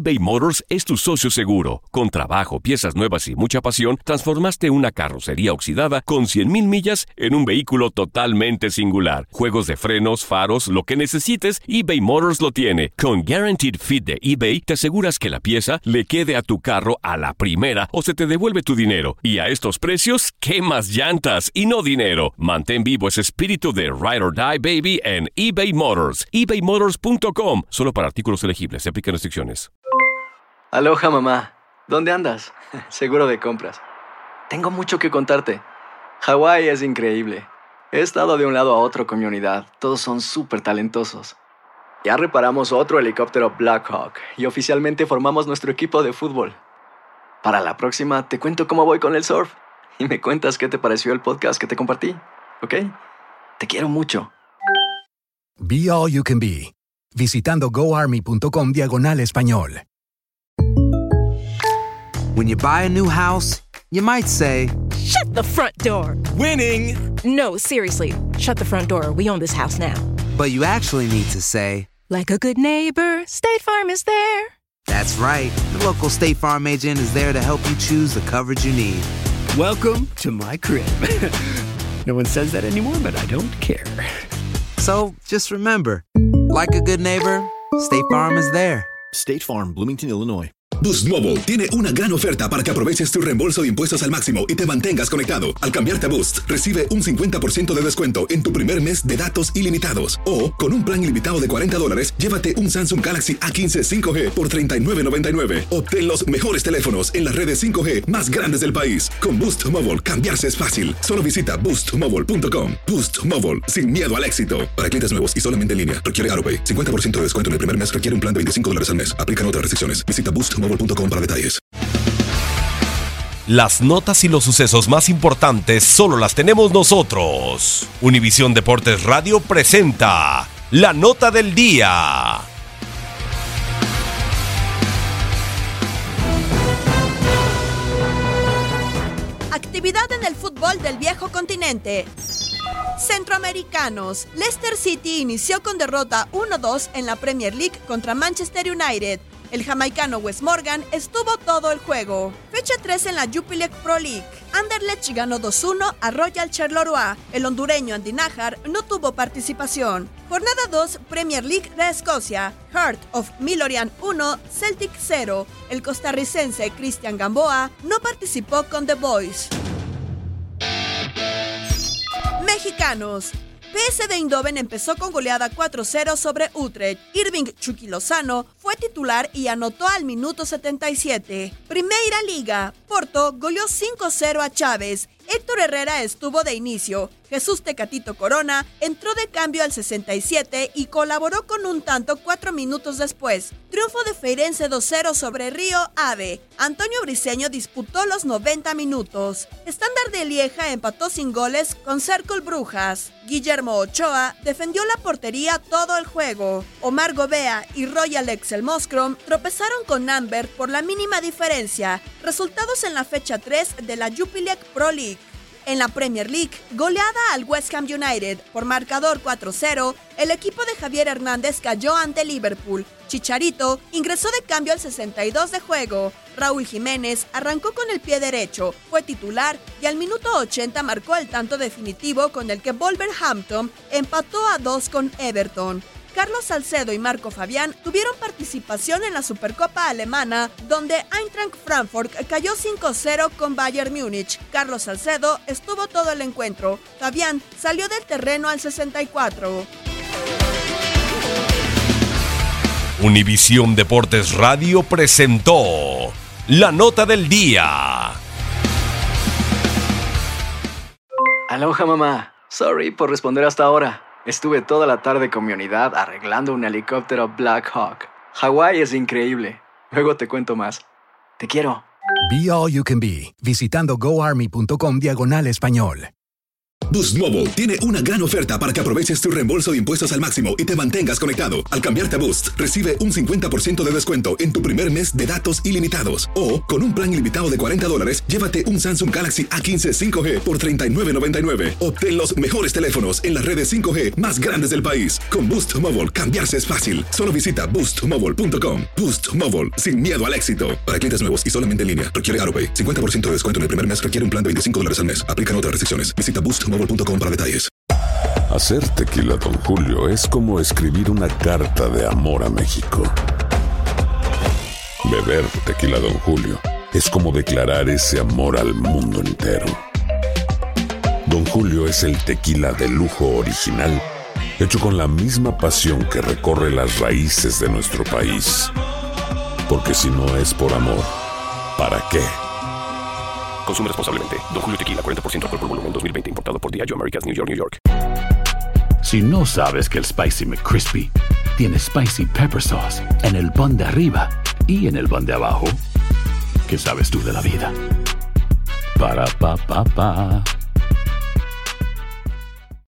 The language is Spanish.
eBay Motors es tu socio seguro. Con trabajo, piezas nuevas y mucha pasión, transformaste una carrocería oxidada con 100,000 millas en un vehículo totalmente singular. Juegos de frenos, faros, lo que necesites, eBay Motors lo tiene. Con Guaranteed Fit de eBay, te aseguras que la pieza le quede a tu carro a la primera o se te devuelve tu dinero. Y a estos precios, ¿quemas llantas y no dinero? Mantén vivo ese espíritu de Ride or Die, baby, en eBay Motors. ebaymotors.com. Solo para artículos elegibles. Se aplican restricciones. Aloha, mamá. ¿Dónde andas? Seguro de compras. Tengo mucho que contarte. Hawái es increíble. He estado de un lado a otro con mi unidad. Todos son súper talentosos. Ya reparamos otro helicóptero Blackhawk y oficialmente formamos nuestro equipo de fútbol. Para la próxima te cuento cómo voy con el surf y me cuentas qué te pareció el podcast que te compartí, ¿ok? Te quiero mucho. Be All You Can Be, visitando goarmy.com/español. When you buy a new house, you might say, "Shut the front door!" Winning! No, seriously, shut the front door. We own this house now. but you actually need to say, like a good neighbor, State Farm is there. That's right. The local State Farm agent is there to help you choose the coverage you need. Welcome to my crib. No one says that anymore, but I don't care. So just remember, like a good neighbor, State Farm is there. State Farm, Bloomington, Illinois. Boost Mobile tiene una gran oferta para que aproveches tu reembolso de impuestos al máximo y te mantengas conectado. Al cambiarte a Boost, recibe un 50% de descuento en tu primer mes de datos ilimitados. O, con un plan ilimitado de $40, llévate un Samsung Galaxy A15 5G por $39.99. Obtén los mejores teléfonos en las redes 5G más grandes del país. Con Boost Mobile, cambiarse es fácil. Solo visita boostmobile.com. Boost Mobile, sin miedo al éxito. Para clientes nuevos y solamente en línea, requiere AutoPay. 50% de descuento en el primer mes requiere un plan de $25 al mes. Aplican otras restricciones. Visita boostmobile.com para detalles. Las notas y los sucesos más importantes solo las tenemos nosotros. Univisión Deportes Radio presenta La Nota del Día. Actividad en el fútbol del viejo continente. Centroamericanos. Leicester City inició con derrota 1-2 en la Premier League contra Manchester United. El jamaicano Wes Morgan estuvo todo el juego. Fecha 3 en la Jupiler Pro League. Anderlecht ganó 2-1 a Royal Charleroi. El hondureño Andy Najar no tuvo participación. Jornada 2, Premier League de Escocia. Heart of Midlothian 1, Celtic 0. El costarricense Christian Gamboa no participó con The Boys. Mexicanos. PSV Eindhoven empezó con goleada 4-0 sobre Utrecht. Irving Chucky Lozano fue titular y anotó al minuto 77. Primeira Liga. Porto goleó 5-0 a Chávez. Héctor Herrera estuvo de inicio. Jesús Tecatito Corona entró de cambio al 67 y colaboró con un tanto 4 minutos después. Triunfo de Feirense 2-0 sobre Río Ave. Antonio Briceño disputó los 90 minutos. Estándar de Lieja empató sin goles con Cercle Brujas. Guillermo Ochoa defendió la portería todo el juego. Omar Gobea y Royal Excel Moskrom tropezaron con Ambert por la mínima diferencia. Resultados en la fecha 3 de la Jupiler Pro League. En la Premier League, goleada al West Ham United por marcador 4-0, el equipo de Javier Hernández cayó ante Liverpool. Chicharito ingresó de cambio al 62 de juego. Raúl Jiménez arrancó con el pie derecho, fue titular y al minuto 80 marcó el tanto definitivo con el que Wolverhampton empató a 2 con Everton. Carlos Salcedo y Marco Fabián tuvieron participación en la Supercopa Alemana, donde Eintracht Frankfurt cayó 5-0 con Bayern Múnich. Carlos Salcedo estuvo todo el encuentro. Fabián salió del terreno al 64. Univisión Deportes Radio presentó La Nota del Día. Aloha, mamá. Sorry por responder hasta ahora. Estuve toda la tarde con mi unidad arreglando un helicóptero Black Hawk. Hawái es increíble. Luego te cuento más. Te quiero. Be All You Can Be, visitando goarmy.com/español. Boost Mobile tiene una gran oferta para que aproveches tu reembolso de impuestos al máximo y te mantengas conectado. Al cambiarte a Boost, recibe un 50% de descuento en tu primer mes de datos ilimitados. O, con un plan ilimitado de $40, llévate un Samsung Galaxy A15 5G por $39.99. Obtén los mejores teléfonos en las redes 5G más grandes del país. Con Boost Mobile, cambiarse es fácil. Solo visita boostmobile.com. Boost Mobile, sin miedo al éxito. Para clientes nuevos y solamente en línea, requiere AutoPay. 50% de descuento en el primer mes requiere un plan de $25 al mes. Aplican otras restricciones. Visita boostmobile.com para detalles. Hacer tequila Don Julio es como escribir una carta de amor a México. Beber tequila Don Julio es como declarar ese amor al mundo entero. Don Julio es el tequila de lujo original, hecho con la misma pasión que recorre las raíces de nuestro país. Porque si no es por amor, ¿para qué? Consume responsablemente. Don Julio Tequila, 40% alcohol por volumen, 2020. Importado por Diageo Americas, New York, New York. Si no sabes que el Spicy McCrispy tiene Spicy Pepper Sauce en el pan de arriba y en el pan de abajo, ¿qué sabes tú de la vida? Para, pa, pa, pa.